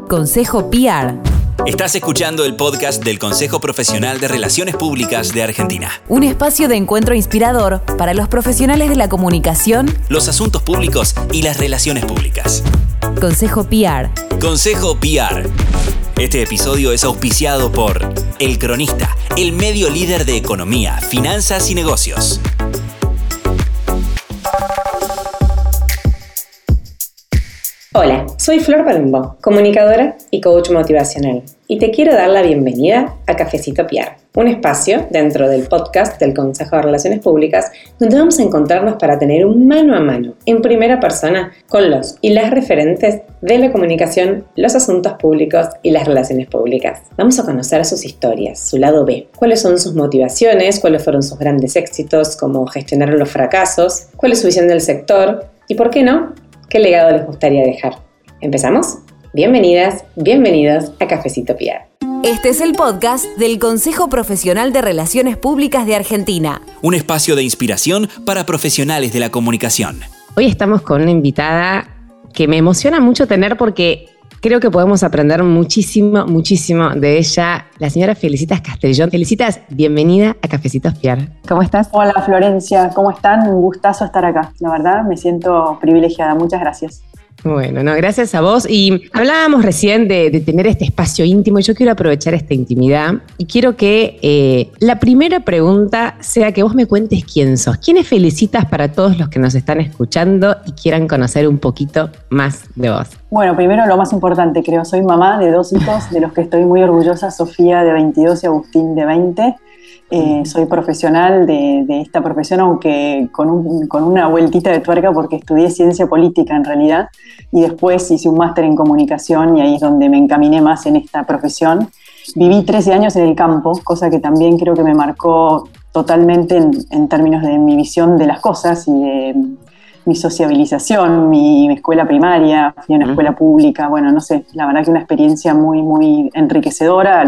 Consejo PR. Estás escuchando el podcast del Consejo Profesional de Relaciones Públicas de Argentina. Un espacio de encuentro inspirador para los profesionales de la comunicación, los asuntos públicos y las relaciones públicas. Consejo PR. Consejo PR. Este episodio es auspiciado por El Cronista, el medio líder de economía, finanzas y negocios. Hola, soy Flor Palumbo, comunicadora y coach motivacional, y te quiero dar la bienvenida a Cafecito PR, un espacio dentro del podcast del Consejo de Relaciones Públicas donde vamos a encontrarnos para tener un mano a mano, en primera persona, con los y las referentes de la comunicación, los asuntos públicos y las relaciones públicas. Vamos a conocer sus historias, su lado B, cuáles son sus motivaciones, cuáles fueron sus grandes éxitos, cómo gestionaron los fracasos, cuál es su visión del sector y, ¿por qué no?, ¿qué legado les gustaría dejar? ¿Empezamos? Bienvenidas, bienvenidos a Cafecito PR. Este es el podcast del Consejo Profesional de Relaciones Públicas de Argentina. Un espacio de inspiración para profesionales de la comunicación. Hoy estamos con una invitada que me emociona mucho tener porque creo que podemos aprender muchísimo de ella, la señora Felicitas Castellón. Felicitas, bienvenida a Cafecitos PR. ¿Cómo estás? Hola Florencia, ¿cómo están? Un gustazo estar acá. La verdad, me siento privilegiada. Muchas gracias. Bueno, gracias a vos. Y hablábamos recién de tener este espacio íntimo y yo quiero aprovechar esta intimidad y quiero que la primera pregunta sea que vos me cuentes quién sos. ¿Quién es Felicitas para todos los que nos están escuchando y quieran conocer un poquito más de vos? Bueno, primero lo más importante, creo, soy mamá de 2 hijos de los que estoy muy orgullosa, Sofía de 22 y Agustín de 20. Soy profesional de esta profesión, aunque con una vueltita de tuerca porque estudié ciencia política en realidad y después hice un máster en comunicación y ahí es donde me encaminé más en esta profesión. Viví 13 años en el campo, cosa que también creo que me marcó totalmente en términos de mi visión de las cosas y de mi sociabilización, mi escuela primaria, fui a una escuela pública, bueno, no sé, la verdad que una experiencia muy, muy enriquecedora.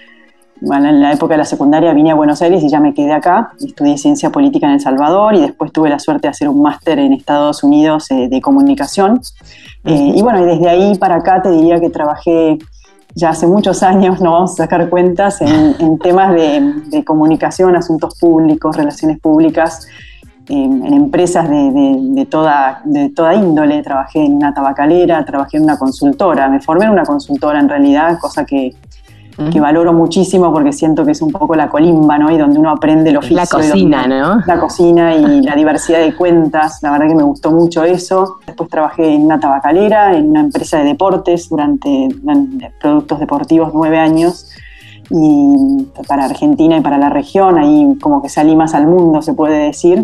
En la época de la secundaria vine a Buenos Aires y ya me quedé acá. Estudié ciencia política en El Salvador y después tuve la suerte de hacer un máster en Estados Unidos de comunicación. Y bueno, y desde ahí para acá te diría que trabajé ya hace muchos años, no vamos a sacar cuentas, en temas de comunicación, asuntos públicos, relaciones públicas, en empresas de toda índole. Trabajé en una tabacalera, trabajé en una consultora. Me formé en una consultora en realidad, cosa que valoro muchísimo porque siento que es un poco la colimba, ¿no? Y donde uno aprende el oficio. La cocina, ¿no? La cocina y la diversidad de cuentas. La verdad que me gustó mucho eso. Después trabajé en una tabacalera, en una empresa de deportes durante productos deportivos 9 años. Y para Argentina y para la región, ahí como que salí más al mundo, se puede decir.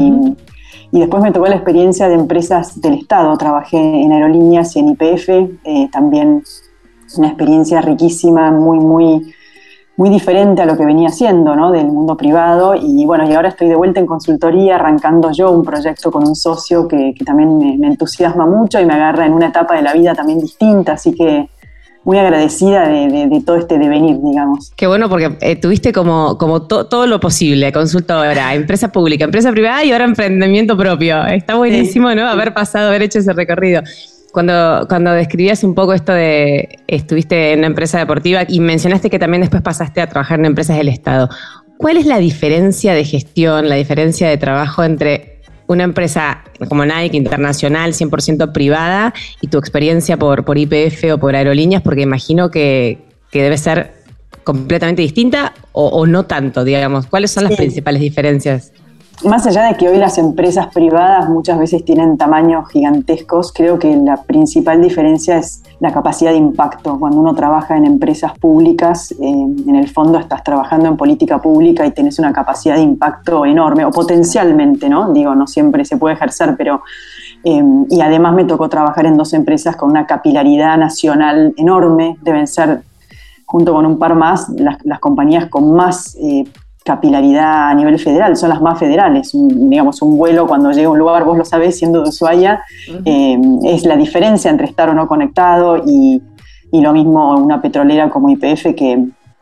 Y después me tocó la experiencia de empresas del Estado. Trabajé en aerolíneas y en YPF, también una experiencia riquísima, muy, muy, muy diferente a lo que venía haciendo, ¿no? Del mundo privado. Y bueno, y ahora estoy de vuelta en consultoría, arrancando yo un proyecto con un socio que también me entusiasma mucho y me agarra en una etapa de la vida también distinta, así que muy agradecida de todo este devenir, digamos. Qué bueno, porque tuviste como todo lo posible: consultora, empresa pública, empresa privada y ahora emprendimiento propio. Está buenísimo, sí, ¿no? Haber hecho ese recorrido. Cuando describías un poco esto de estuviste en una empresa deportiva y mencionaste que también después pasaste a trabajar en empresas del Estado, ¿cuál es la diferencia de gestión, la diferencia de trabajo entre una empresa como Nike, internacional, 100% privada, y tu experiencia por YPF o por aerolíneas? Porque imagino que debe ser completamente distinta o no tanto, digamos. ¿Cuáles son las principales diferencias? Más allá de que hoy las empresas privadas muchas veces tienen tamaños gigantescos, creo que la principal diferencia es la capacidad de impacto. Cuando uno trabaja en empresas públicas, en el fondo estás trabajando en política pública y tenés una capacidad de impacto enorme, o potencialmente, ¿no? Digo, no siempre se puede ejercer, pero y además me tocó trabajar en 2 empresas con una capilaridad nacional enorme. Deben ser, junto con un par más, las compañías con más capilaridad a nivel federal, son las más federales. Digamos, un vuelo cuando llega a un lugar, vos lo sabés, siendo de Ushuaia, es la diferencia entre estar o no conectado, y lo mismo una petrolera como YPF, que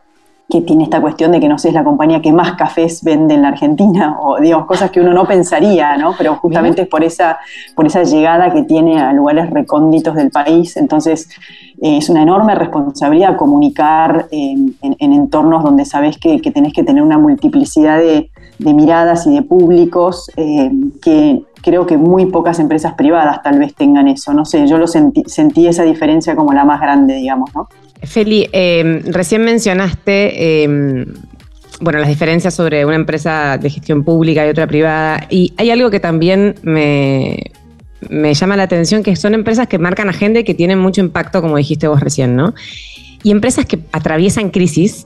que tiene esta cuestión de que no sé, es la compañía que más cafés vende en la Argentina, o digamos, cosas que uno no pensaría, ¿no? Pero justamente es por esa llegada que tiene a lugares recónditos del país. Entonces, es una enorme responsabilidad comunicar en entornos donde sabés que tenés que tener una multiplicidad de miradas y de públicos, que creo que muy pocas empresas privadas tal vez tengan eso. No sé, yo sentí esa diferencia como la más grande, digamos, ¿no? Feli, recién mencionaste las diferencias sobre una empresa de gestión pública y otra privada, y hay algo que también me llama la atención, que son empresas que marcan agenda y que tienen mucho impacto, como dijiste vos recién, ¿no? Y empresas que atraviesan crisis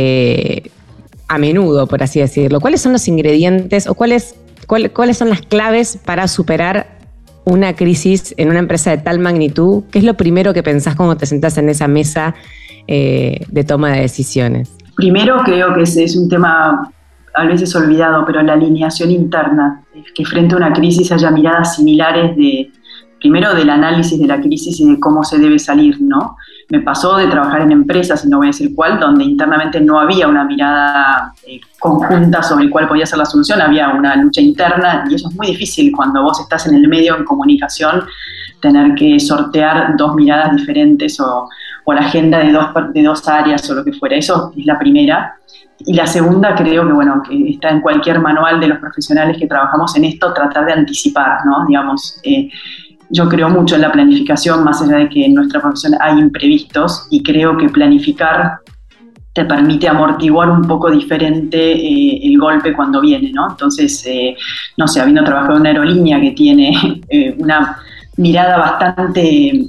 a menudo, por así decirlo. ¿Cuáles son los ingredientes o cuáles son las claves para superar una crisis en una empresa de tal magnitud? ¿Qué es lo primero que pensás cuando te sentás en esa mesa de toma de decisiones? Primero creo que ese es un tema a veces olvidado, pero la alineación interna, que frente a una crisis haya miradas similares primero del análisis de la crisis y de cómo se debe salir, ¿no? Me pasó de trabajar en empresas, y no voy a decir cuál, donde internamente no había una mirada conjunta sobre cuál podía ser la solución, había una lucha interna, y eso es muy difícil cuando vos estás en el medio, en comunicación, tener que sortear dos miradas diferentes o la agenda de dos áreas o lo que fuera. Eso es la primera. Y la segunda, creo que está en cualquier manual de los profesionales que trabajamos en esto, tratar de anticipar, ¿no? Digamos, yo creo mucho en la planificación, más allá de que en nuestra profesión hay imprevistos, y creo que planificar te permite amortiguar un poco diferente el golpe cuando viene, ¿no? Entonces, no sé, habiendo trabajado en una aerolínea que tiene una mirada bastante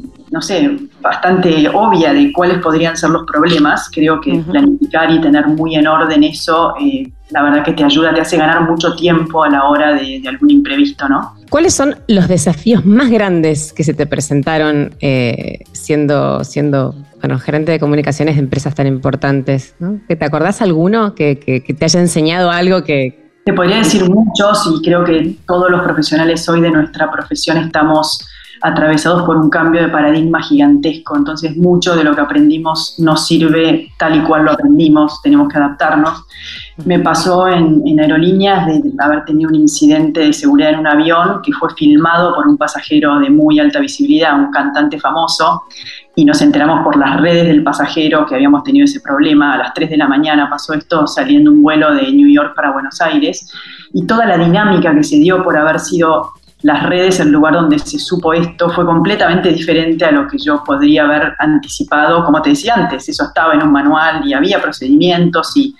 obvia de cuáles podrían ser los problemas, creo que planificar y tener muy en orden eso, la verdad que te ayuda, te hace ganar mucho tiempo a la hora de algún imprevisto, ¿no? ¿Cuáles son los desafíos más grandes que se te presentaron siendo gerente de comunicaciones de empresas tan importantes, ¿no? ¿Te acordás alguno que te haya enseñado algo que...? Te podría decir muchos, y creo que todos los profesionales hoy de nuestra profesión estamos atravesados por un cambio de paradigma gigantesco. Entonces, mucho de lo que aprendimos no sirve tal y cual lo aprendimos, tenemos que adaptarnos. Me pasó en aerolíneas de haber tenido un incidente de seguridad en un avión que fue filmado por un pasajero de muy alta visibilidad, un cantante famoso, y nos enteramos por las redes del pasajero que habíamos tenido ese problema. A las 3 de la mañana pasó esto, saliendo un vuelo de New York para Buenos Aires, y toda la dinámica que se dio por haber sido las redes el lugar donde se supo esto fue completamente diferente a lo que yo podría haber anticipado. Como te decía antes, eso estaba en un manual y había procedimientos, y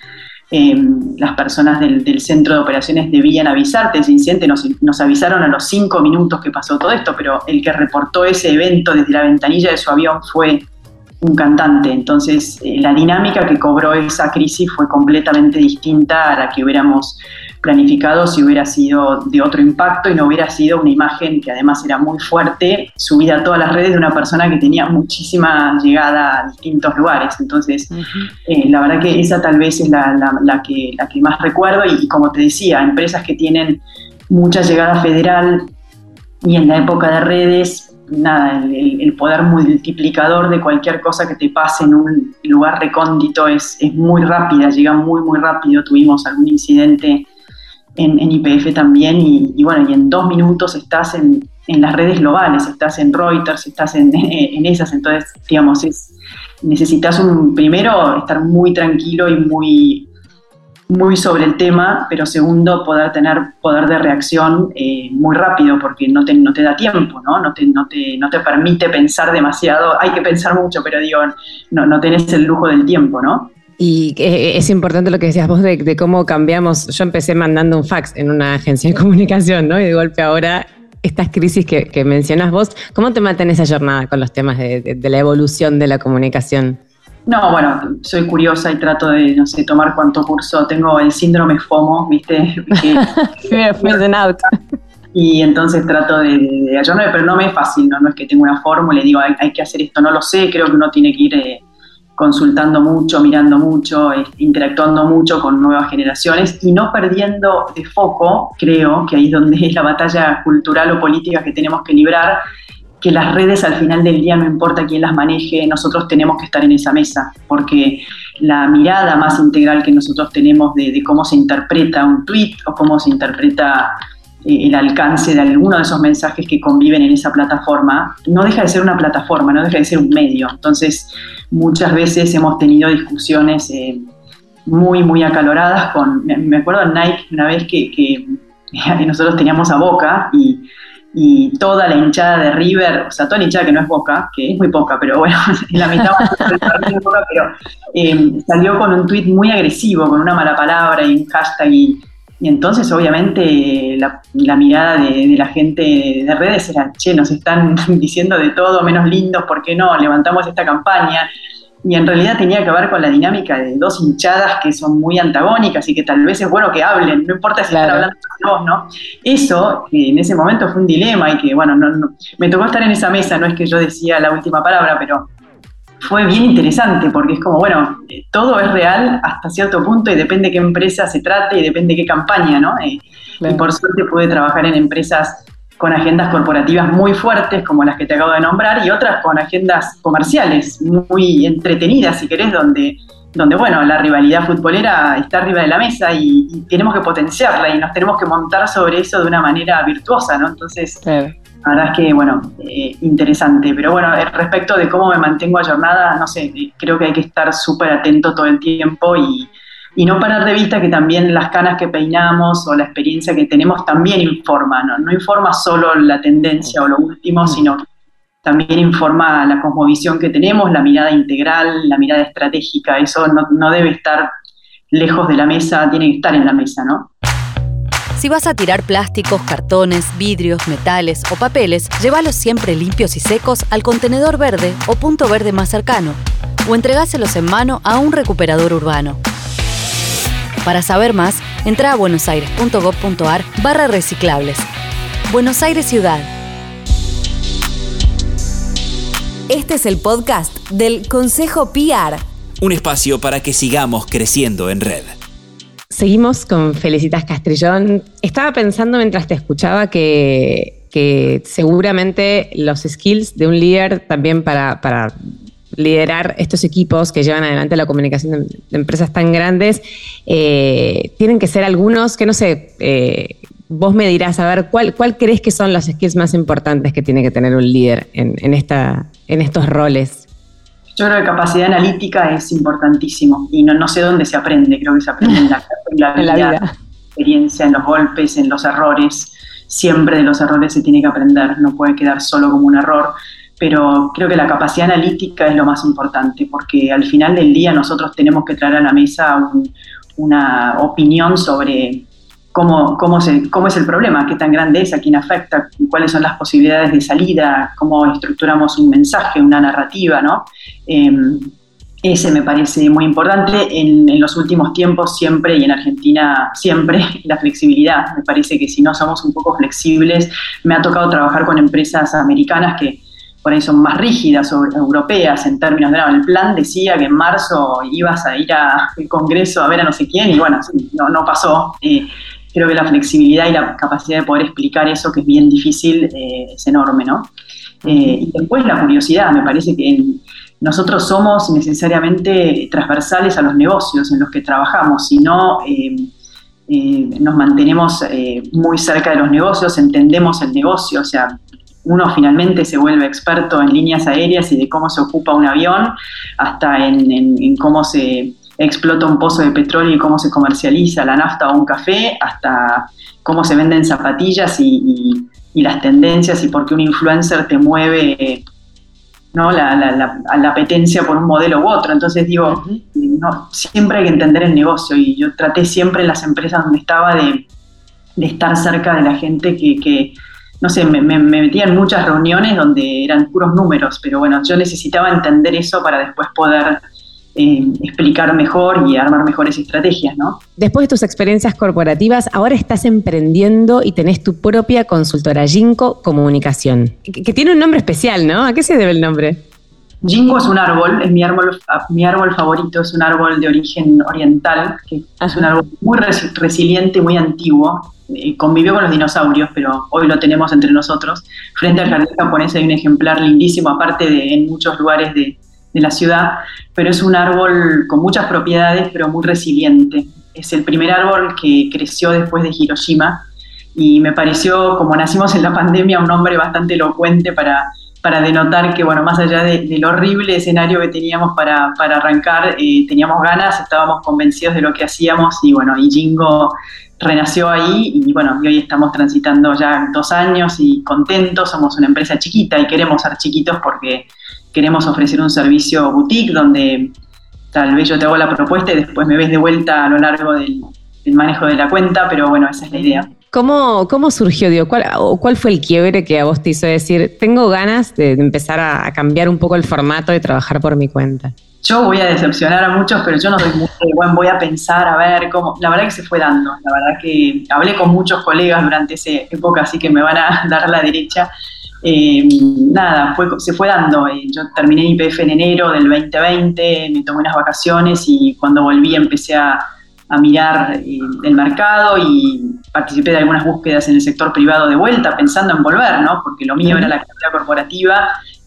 las personas del centro de operaciones debían avisarte de ese incidente. Nos avisaron a los 5 minutos que pasó todo esto, pero el que reportó ese evento desde la ventanilla de su avión fue un cantante. Entonces, la dinámica que cobró esa crisis fue completamente distinta a la que hubiéramos planificado si hubiera sido de otro impacto y no hubiera sido una imagen que además era muy fuerte, subida a todas las redes, de una persona que tenía muchísima llegada a distintos lugares. Entonces, la verdad que esa tal vez es la que más recuerdo, y como te decía, empresas que tienen mucha llegada federal, y en la época de redes, el poder multiplicador de cualquier cosa que te pase en un lugar recóndito es muy rápida, llega muy, muy rápido. Tuvimos algún incidente en YPF también, y en 2 minutos estás en las redes globales, estás en Reuters, estás en esas. Entonces, digamos, necesitas primero estar muy tranquilo y muy, muy sobre el tema, pero segundo, poder tener poder de reacción muy rápido, porque no te da tiempo, ¿no? No te permite pensar demasiado. Hay que pensar mucho, pero no tenés el lujo del tiempo, ¿no? Y es importante lo que decías vos de cómo cambiamos. Yo empecé mandando un fax en una agencia de comunicación, ¿no? Y de golpe ahora estas crisis que mencionás vos, ¿cómo te mantenés ayornada con los temas de la evolución de la comunicación? No, soy curiosa y trato de, tomar cuánto curso. Tengo el síndrome FOMO, ¿viste? Fear of missing out. Y entonces trato de ayornarme, pero no me es fácil, no es que tengo una fórmula y digo, hay que hacer esto, no lo sé. Creo que uno tiene que ir consultando mucho, mirando mucho, interactuando mucho con nuevas generaciones y no perdiendo de foco, creo que ahí es donde es la batalla cultural o política que tenemos que librar, que las redes al final del día, no importa quién las maneje, nosotros tenemos que estar en esa mesa, porque la mirada más integral que nosotros tenemos de cómo se interpreta un tweet o cómo se interpreta el alcance de alguno de esos mensajes que conviven en esa plataforma. No deja de ser una plataforma, no deja de ser un medio. Entonces, muchas veces hemos tenido discusiones muy, muy acaloradas me acuerdo en Nike una vez que nosotros teníamos a Boca y toda la hinchada de River, o sea, toda la hinchada que no es Boca, que es muy poca, pero bueno, la mitad de Boca, pero salió con un tuit muy agresivo, con una mala palabra y un hashtag, y entonces obviamente la mirada de la gente de redes era, che, nos están diciendo de todo menos lindos, ¿por qué no? Levantamos esta campaña. Y en realidad tenía que ver con la dinámica de dos hinchadas que son muy antagónicas y que tal vez es bueno que hablen, no importa si están hablando de vos, ¿no? Eso, en ese momento fue un dilema y que, bueno, no, me tocó estar en esa mesa, no es que yo decía la última palabra, pero fue bien interesante porque es como, bueno, todo es real hasta cierto punto y depende qué empresa se trate y depende qué campaña, ¿no? Y por suerte pude trabajar en empresas con agendas corporativas muy fuertes, como las que te acabo de nombrar, y otras con agendas comerciales muy entretenidas, si querés, donde bueno, la rivalidad futbolera está arriba de la mesa y tenemos que potenciarla y nos tenemos que montar sobre eso de una manera virtuosa, ¿no? Entonces, la verdad es que, bueno, interesante. Pero bueno, respecto de cómo me mantengo ayornada, no sé, creo que hay que estar súper atento todo el tiempo y no parar de vista que también las canas que peinamos o la experiencia que tenemos también informa, ¿no? No informa solo la tendencia o lo último, sino que también informa la cosmovisión que tenemos, la mirada integral, la mirada estratégica. Eso no debe estar lejos de la mesa, tiene que estar en la mesa, ¿no? Si vas a tirar plásticos, cartones, vidrios, metales o papeles, llévalos siempre limpios y secos al contenedor verde o punto verde más cercano, o entregáselos en mano a un recuperador urbano. Para saber más, entra a buenosaires.gov.ar/reciclables. Buenos Aires Ciudad. Este es el podcast del Consejo PR. Un espacio para que sigamos creciendo en red. Seguimos con Felicitas Castrillón. Estaba pensando mientras te escuchaba que seguramente los skills de un líder también para liderar estos equipos que llevan adelante la comunicación de empresas tan grandes, tienen que ser algunos que, no sé, vos me dirás, a ver, ¿cuál crees que son los skills más importantes que tiene que tener un líder en estos roles? Yo creo que capacidad analítica es importantísimo y no sé dónde se aprende, creo que se aprende en la vida, en experiencia, en los golpes, en los errores. Siempre de los errores se tiene que aprender, no puede quedar solo como un error. Pero creo que la capacidad analítica es lo más importante, porque al final del día nosotros tenemos que traer a la mesa una opinión sobre cómo es el problema, qué tan grande es, a quién afecta, cuáles son las posibilidades de salida, cómo estructuramos un mensaje, una narrativa, ¿no? Ese me parece muy importante. En los últimos tiempos siempre, y en Argentina siempre, la flexibilidad. Me parece que si no somos un poco flexibles, me ha tocado trabajar con empresas americanas que por ahí son más rígidas o europeas en términos de, el plan decía que en marzo ibas a ir al Congreso a ver a no sé quién y bueno, no pasó. Creo que la flexibilidad y la capacidad de poder explicar eso, que es bien difícil, es enorme, ¿no? Y después la curiosidad, me parece que nosotros somos necesariamente transversales a los negocios en los que trabajamos, sino nos mantenemos muy cerca de los negocios, entendemos el negocio, o sea, uno finalmente se vuelve experto en líneas aéreas y de cómo se ocupa un avión, hasta en cómo se explota un pozo de petróleo y cómo se comercializa la nafta o un café, hasta cómo se venden zapatillas y las tendencias y por qué un influencer te mueve, ¿no? la apetencia por un modelo u otro. Entonces digo, siempre hay que entender el negocio y yo traté siempre en las empresas donde estaba de estar cerca de la gente que no sé, me metía en muchas reuniones donde eran puros números, pero bueno, yo necesitaba entender eso para después poder explicar mejor y armar mejores estrategias, ¿no? Después de tus experiencias corporativas, ahora estás emprendiendo y tenés tu propia consultora Ginkgo Comunicación, que tiene un nombre especial, ¿no? ¿A qué se debe el nombre? Ginkgo es un árbol, es mi árbol favorito, es un árbol de origen oriental, que es un árbol muy resiliente, muy antiguo. Convivió con los dinosaurios, pero hoy lo tenemos entre nosotros. Frente al jardín japonés hay un ejemplar lindísimo, aparte de en muchos lugares de la ciudad, pero es un árbol con muchas propiedades, pero muy resiliente. Es el primer árbol que creció después de Hiroshima y me pareció, como nacimos en la pandemia, un nombre bastante elocuente para denotar que, bueno, más allá del horrible escenario que teníamos para arrancar, teníamos ganas, estábamos convencidos de lo que hacíamos y, bueno, y Jingo renació ahí y, bueno, y hoy estamos transitando ya 2 años y contentos. Somos una empresa chiquita y queremos ser chiquitos porque queremos ofrecer un servicio boutique donde tal vez yo te hago la propuesta y después me ves de vuelta a lo largo del manejo de la cuenta, pero bueno, esa es la idea. ¿Cómo surgió, digo, cuál fue el quiebre que a vos te hizo decir, tengo ganas de empezar a cambiar un poco el formato de trabajar por mi cuenta? Yo voy a decepcionar a muchos, pero yo no soy muy bueno, voy a pensar, a ver cómo. La verdad que se fue dando, la verdad que hablé con muchos colegas durante esa época, así que me van a dar la derecha. Nada, se fue dando. Yo terminé IPF en enero del 2020, me tomé unas vacaciones y cuando volví empecé a mirar el mercado y participé de algunas búsquedas en el sector privado de vuelta, pensando en volver, ¿no? Porque lo mío era la actividad corporativa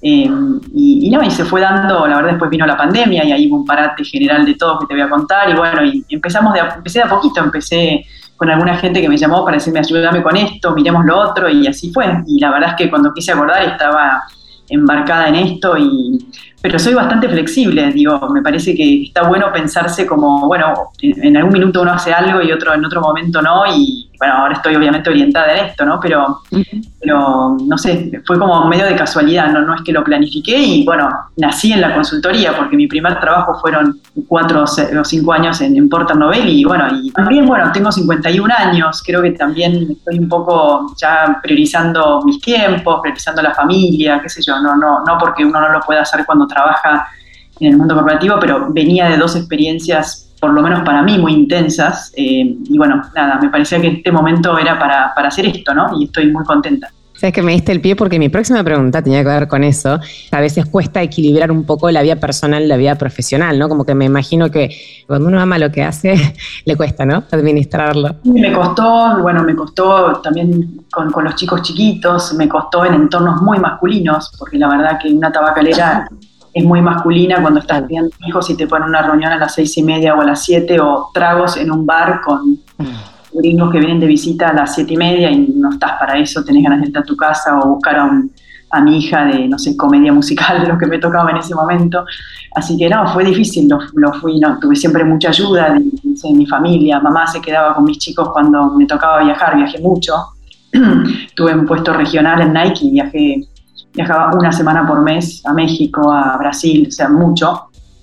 y se fue dando. La verdad, después vino la pandemia y ahí hubo un parate general de todo que te voy a contar y bueno, y empecé de a poquito, empecé con alguna gente que me llamó para decirme ayúdame con esto, miremos lo otro y así fue. Y la verdad es que cuando quise acordar estaba embarcada en esto pero soy bastante flexible, digo, me parece que está bueno pensarse como, bueno, en algún minuto uno hace algo y en otro momento no, y bueno, ahora estoy obviamente orientada en esto, ¿no? Pero no sé, fue como medio de casualidad, no es que lo planifiqué y bueno, nací en la consultoría porque mi primer trabajo fueron 4 o 5 años en Porter Novel y bueno, y también, bueno, tengo 51 años, creo que también estoy un poco ya priorizando mis tiempos, priorizando la familia, qué sé yo, no porque uno no lo pueda hacer cuando trabaja en el mundo corporativo, pero venía de 2 experiencias, por lo menos para mí, muy intensas, y bueno, nada, me parecía que este momento era para hacer esto, ¿no? Y estoy muy contenta. Sabes que me diste el pie porque mi próxima pregunta tenía que ver con eso. A veces cuesta equilibrar un poco la vida personal y la vida profesional, ¿no? Como que me imagino que cuando uno ama lo que hace, le cuesta, ¿no? Administrarlo. Me costó también con los chicos chiquitos, me costó en entornos muy masculinos, porque la verdad que una tabacalera es muy masculina cuando estás criando hijos y te ponen una reunión a las 6:30 o a las 7 o tragos en un bar con gringos que vienen de visita a las 7:30 y no estás para eso, tenés ganas de irte a tu casa o buscar a mi hija de, no sé, comedia musical, lo que me tocaba en ese momento. Así que no, fue difícil, tuve siempre mucha ayuda de mi familia, mamá se quedaba con mis chicos cuando me tocaba viajar, viajé mucho, tuve un puesto regional en Nike y viajaba 1 semana por mes a México, a Brasil, o sea, mucho.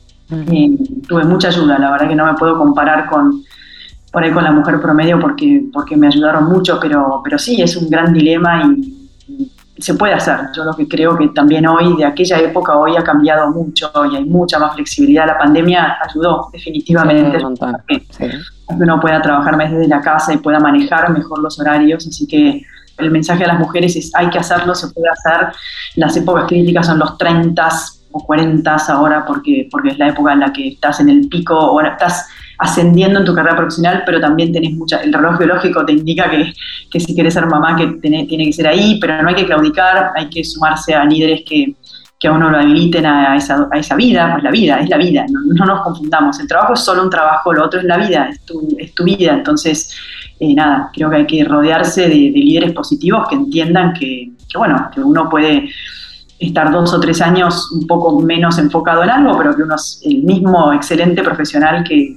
Tuve mucha ayuda, la verdad que no me puedo comparar por ahí con la mujer promedio porque me ayudaron mucho, pero sí, es un gran dilema y se puede hacer. Yo lo que creo que también hoy, de aquella época, hoy ha cambiado mucho y hay mucha más flexibilidad. La pandemia ayudó definitivamente. Sí. Que uno pueda trabajar más desde la casa y pueda manejar mejor los horarios, así que el mensaje a las mujeres es hay que hacerlo, se puede hacer. Las épocas críticas son los 30 o 40 ahora porque es la época en la que estás en el pico, ahora estás ascendiendo en tu carrera profesional, pero también tenés el reloj biológico te indica que si querés ser mamá que tiene que ser ahí, pero no hay que claudicar, hay que sumarse a líderes que a uno lo habiliten a esa vida, pues la vida es la vida, no nos confundamos, el trabajo es solo un trabajo, lo otro es la vida, es tu vida, entonces nada, creo que hay que rodearse de líderes positivos que entiendan que uno puede estar 2 o 3 años un poco menos enfocado en algo, pero que uno es el mismo excelente profesional que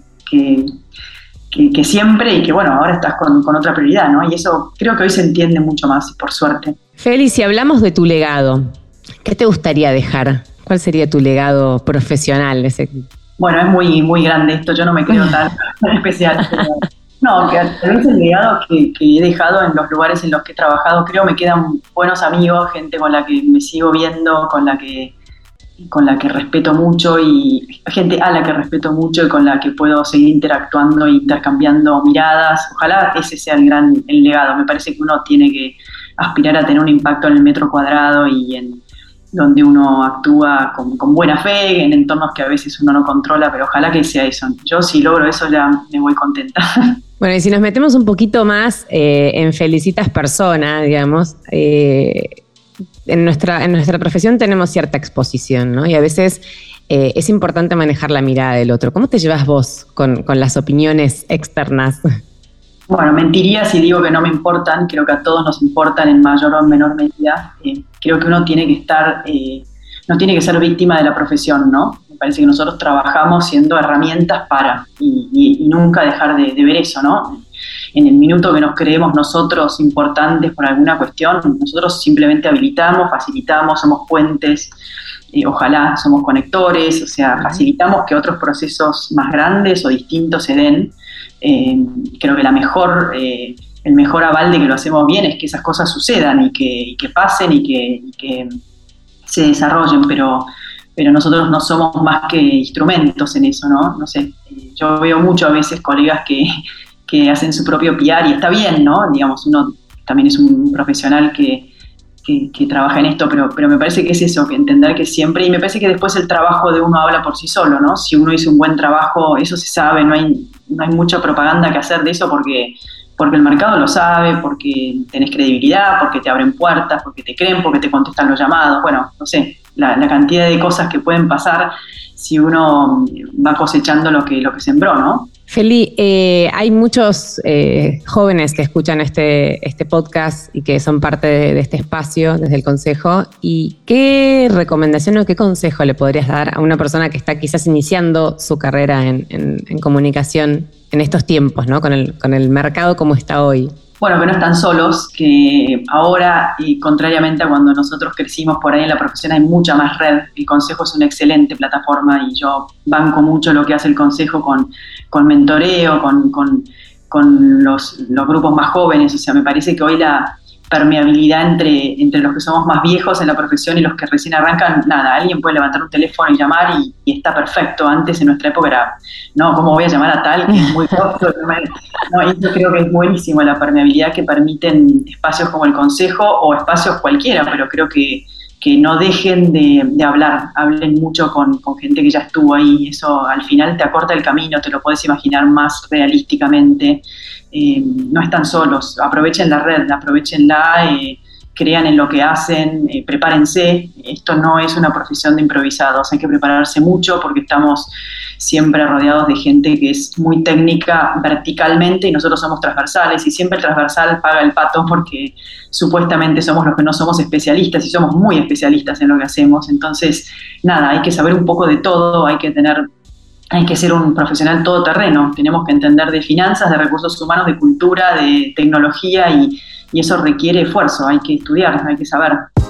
siempre y que bueno, ahora estás con otra prioridad, ¿no? Y eso creo que hoy se entiende mucho más, por suerte. Feli, si hablamos de tu legado, ¿qué te gustaría dejar? ¿Cuál sería tu legado profesional? Bueno, es muy, muy grande esto, yo no me creo tan especial, pero no, que a través del legado que he dejado en los lugares en los que he trabajado, creo me quedan buenos amigos, gente con la que me sigo viendo, con la que respeto mucho y gente a la que respeto mucho y con la que puedo seguir interactuando e intercambiando miradas. Ojalá ese sea el legado. Me parece que uno tiene que aspirar a tener un impacto en el metro cuadrado y en donde uno actúa con buena fe, en entornos que a veces uno no controla, pero ojalá que sea eso. Yo si logro eso ya me voy contenta. Bueno, y si nos metemos un poquito más en Felicitas persona, digamos, en nuestra profesión tenemos cierta exposición, ¿no? Y a veces es importante manejar la mirada del otro. ¿Cómo te llevas vos con las opiniones externas? Bueno, mentiría si digo que no me importan. Creo que a todos nos importan en mayor o menor medida. Creo que uno tiene que estar, no tiene que ser víctima de la profesión, ¿no? Me parece que nosotros trabajamos siendo herramientas para, y nunca dejar de ver eso, ¿no? En el minuto que nos creemos nosotros importantes por alguna cuestión, nosotros simplemente habilitamos, facilitamos, somos puentes, ojalá somos conectores, o sea, facilitamos que otros procesos más grandes o distintos se den. Creo que el mejor aval de que lo hacemos bien es que esas cosas sucedan y que pasen y que se desarrollen, pero nosotros no somos más que instrumentos en eso, ¿no? No sé, yo veo mucho a veces colegas que hacen su propio PR y está bien, ¿no? Digamos, uno también es un profesional que trabaja en esto, pero me parece que es eso, que entender que siempre, y me parece que después el trabajo de uno habla por sí solo, ¿no? Si uno hizo un buen trabajo, eso se sabe, no hay mucha propaganda que hacer de eso porque el mercado lo sabe, porque tenés credibilidad, porque te abren puertas, porque te creen, porque te contestan los llamados, bueno, no sé, la cantidad de cosas que pueden pasar si uno va cosechando lo que sembró, ¿no? Feli, hay muchos jóvenes que escuchan este podcast y que son parte de este espacio desde el Consejo. ¿Y qué recomendación o qué consejo le podrías dar a una persona que está quizás iniciando su carrera en comunicación en estos tiempos, ¿no? Con el mercado como está hoy? Bueno, que no están solos, que ahora, y contrariamente a cuando nosotros crecimos por ahí en la profesión, hay mucha más red. El Consejo es una excelente plataforma y yo banco mucho lo que hace el Consejo con mentoreo, con los grupos más jóvenes. O sea, me parece que hoy la permeabilidad entre los que somos más viejos en la profesión y los que recién arrancan, nada, alguien puede levantar un teléfono y llamar y está perfecto. Antes, en nuestra época, era, no, ¿cómo voy a llamar a tal? Que es muy corto. No, y yo creo que es buenísimo la permeabilidad que permiten espacios como el Consejo o espacios cualquiera, pero creo que no dejen de hablar, hablen mucho con gente que ya estuvo ahí. Eso al final te acorta el camino, te lo puedes imaginar más realísticamente. No están solos, aprovechen la red, aprovechenla, crean en lo que hacen, prepárense. Esto no es una profesión de improvisados, hay que prepararse mucho porque estamos siempre rodeados de gente que es muy técnica verticalmente y nosotros somos transversales, y siempre el transversal paga el pato porque supuestamente somos los que no somos especialistas y somos muy especialistas en lo que hacemos. Entonces, nada, hay que saber un poco de todo, hay que ser un profesional todoterreno, tenemos que entender de finanzas, de recursos humanos, de cultura, de tecnología y eso requiere esfuerzo, hay que estudiar, hay que saber.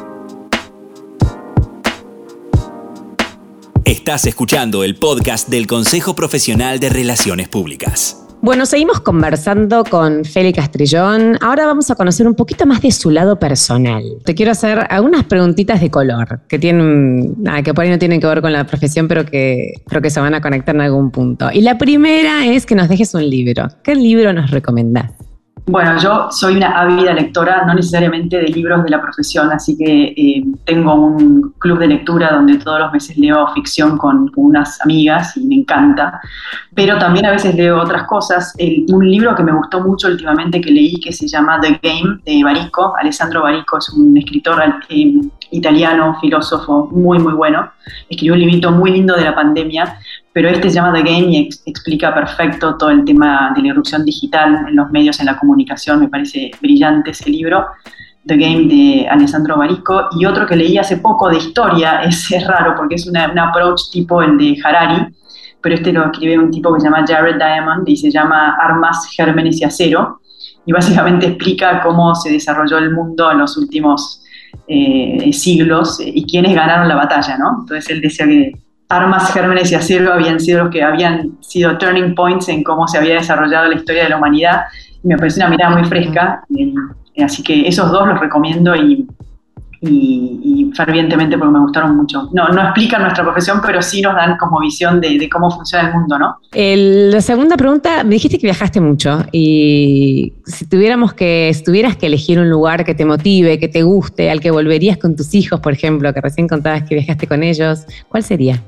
Estás escuchando el podcast del Consejo Profesional de Relaciones Públicas. Bueno, seguimos conversando con Feli Castrillón. Ahora vamos a conocer un poquito más de su lado personal. Te quiero hacer algunas preguntitas de color que que por ahí no tienen que ver con la profesión, pero que creo que se van a conectar en algún punto. Y la primera es que nos dejes un libro. ¿Qué libro nos recomendás? Bueno, yo soy una ávida lectora, no necesariamente de libros de la profesión, así que tengo un club de lectura donde todos los meses leo ficción con unas amigas y me encanta, pero también a veces leo otras cosas. Un libro que me gustó mucho últimamente que leí, que se llama The Game, de Barico. Alessandro Barico es un escritor italiano, filósofo muy, muy bueno. Escribió un librito muy lindo de la pandemia, pero se llama The Game y explica perfecto todo el tema de la irrupción digital en los medios, en la comunicación. Me parece brillante ese libro, The Game, de Alessandro Barico. Y otro que leí hace poco de historia, es raro porque es un approach tipo el de Harari, pero lo escribe un tipo que se llama Jared Diamond y se llama Armas, Gérmenes y Acero, y básicamente explica cómo se desarrolló el mundo en los últimos siglos y quiénes ganaron la batalla, ¿no? Entonces él decía que Armas, Gérmenes y Acero habían sido los que habían sido turning points en cómo se había desarrollado la historia de la humanidad, y me parece una mirada muy fresca, así que esos dos los recomiendo y fervientemente porque me gustaron mucho. No explican nuestra profesión, pero sí nos dan como visión de cómo funciona el mundo, ¿no? La segunda pregunta, me dijiste que viajaste mucho y si tuvieras que elegir un lugar que te motive, que te guste, al que volverías con tus hijos, por ejemplo, que recién contabas que viajaste con ellos, ¿cuál sería?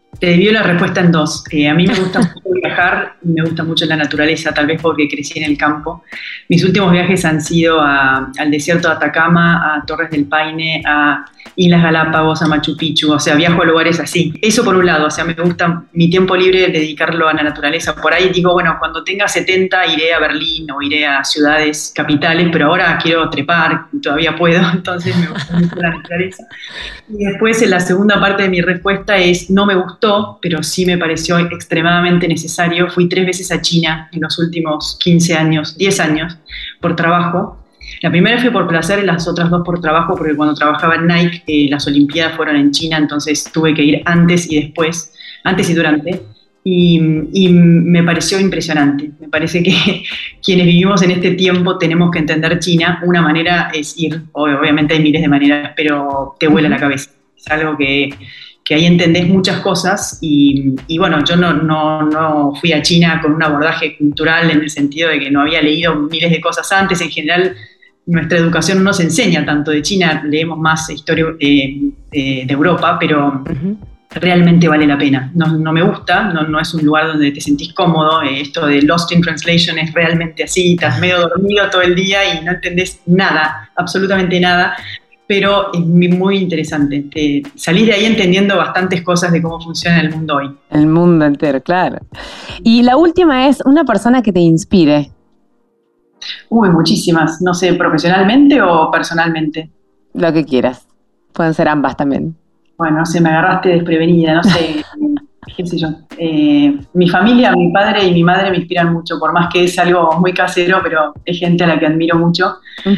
Te divido la respuesta en dos. A mí me gusta mucho viajar, me gusta mucho la naturaleza, tal vez porque crecí en el campo. Mis últimos viajes han sido al desierto de Atacama, a Torres del Paine, a Islas Galápagos, a Machu Picchu, o sea, viajo a lugares así. Eso por un lado, o sea, me gusta mi tiempo libre dedicarlo a la naturaleza. Por ahí digo, bueno, cuando tenga 70 iré a Berlín o iré a ciudades capitales, pero ahora quiero trepar, todavía puedo, entonces me gusta mucho la naturaleza. Y después, en la segunda parte de mi respuesta es, no me gustó, pero sí me pareció extremadamente necesario. Fui 3 veces a China en los últimos 15 años, 10 años, por trabajo. La primera fue por placer y las otras 2 por trabajo, porque cuando trabajaba en Nike, las Olimpiadas fueron en China, entonces tuve que ir antes y después, antes y durante, y me pareció impresionante. Me parece que quienes vivimos en este tiempo tenemos que entender China. Una manera es ir, obviamente hay miles de maneras, pero te vuela la cabeza. Es algo que ahí entendés muchas cosas y bueno, yo no fui a China con un abordaje cultural en el sentido de que no había leído miles de cosas antes. En general, nuestra educación no nos enseña tanto de China, leemos más historia de Europa, pero realmente vale la pena. No me gusta, no es un lugar donde te sentís cómodo. Esto de Lost in Translation es realmente así, estás medio dormido todo el día y no entendés nada, absolutamente nada. Pero es muy interesante. Salís de ahí entendiendo bastantes cosas de cómo funciona el mundo hoy. El mundo entero, claro. Y la última es una persona que te inspire. Muchísimas. No sé, ¿profesionalmente o personalmente? Lo que quieras. Pueden ser ambas también. Bueno, no sé, me agarraste desprevenida, no sé, qué sé yo. Mi familia, mi padre y mi madre me inspiran mucho, por más que es algo muy casero, pero es gente a la que admiro mucho.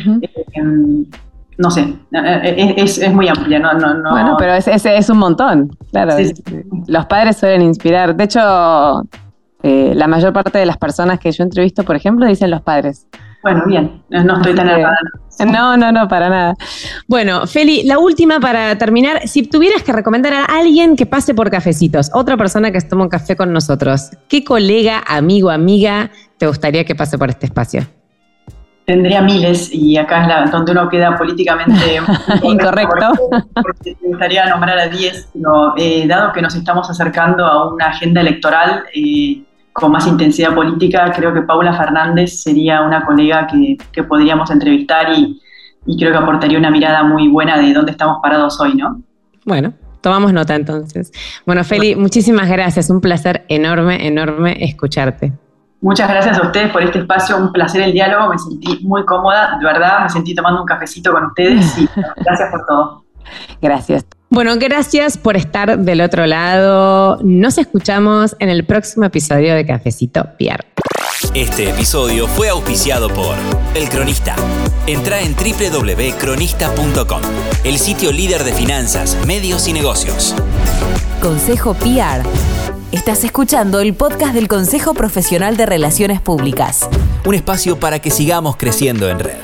No sé, es muy amplia, no. Bueno, pero es un montón, claro. Sí. Los padres suelen inspirar. De hecho, la mayor parte de las personas que yo entrevisto, por ejemplo, dicen los padres. Bueno, bien, no estoy tan errada. No, para nada. Bueno, Feli, la última para terminar. Si tuvieras que recomendar a alguien que pase por Cafecitos, otra persona que toma un café con nosotros, ¿qué colega, amigo, amiga te gustaría que pase por este espacio? Tendría miles, y acá es donde uno queda políticamente incorrecto. Porque me gustaría nombrar a 10, pero dado que nos estamos acercando a una agenda electoral con más intensidad política, creo que Paula Fernández sería una colega que podríamos entrevistar y creo que aportaría una mirada muy buena de dónde estamos parados hoy, ¿no? Bueno, tomamos nota entonces. Bueno, Feli, muchísimas gracias. Un placer enorme escucharte. Muchas gracias a ustedes por este espacio, un placer el diálogo, me sentí muy cómoda, de verdad, me sentí tomando un cafecito con ustedes y gracias por todo. Gracias. Bueno, gracias por estar del otro lado. Nos escuchamos en el próximo episodio de Cafecito Pierre. Este episodio fue auspiciado por El Cronista. Entrá en www.cronista.com, el sitio líder de finanzas, medios y negocios. Consejo PR. Estás escuchando el podcast del Consejo Profesional de Relaciones Públicas. Un espacio para que sigamos creciendo en red.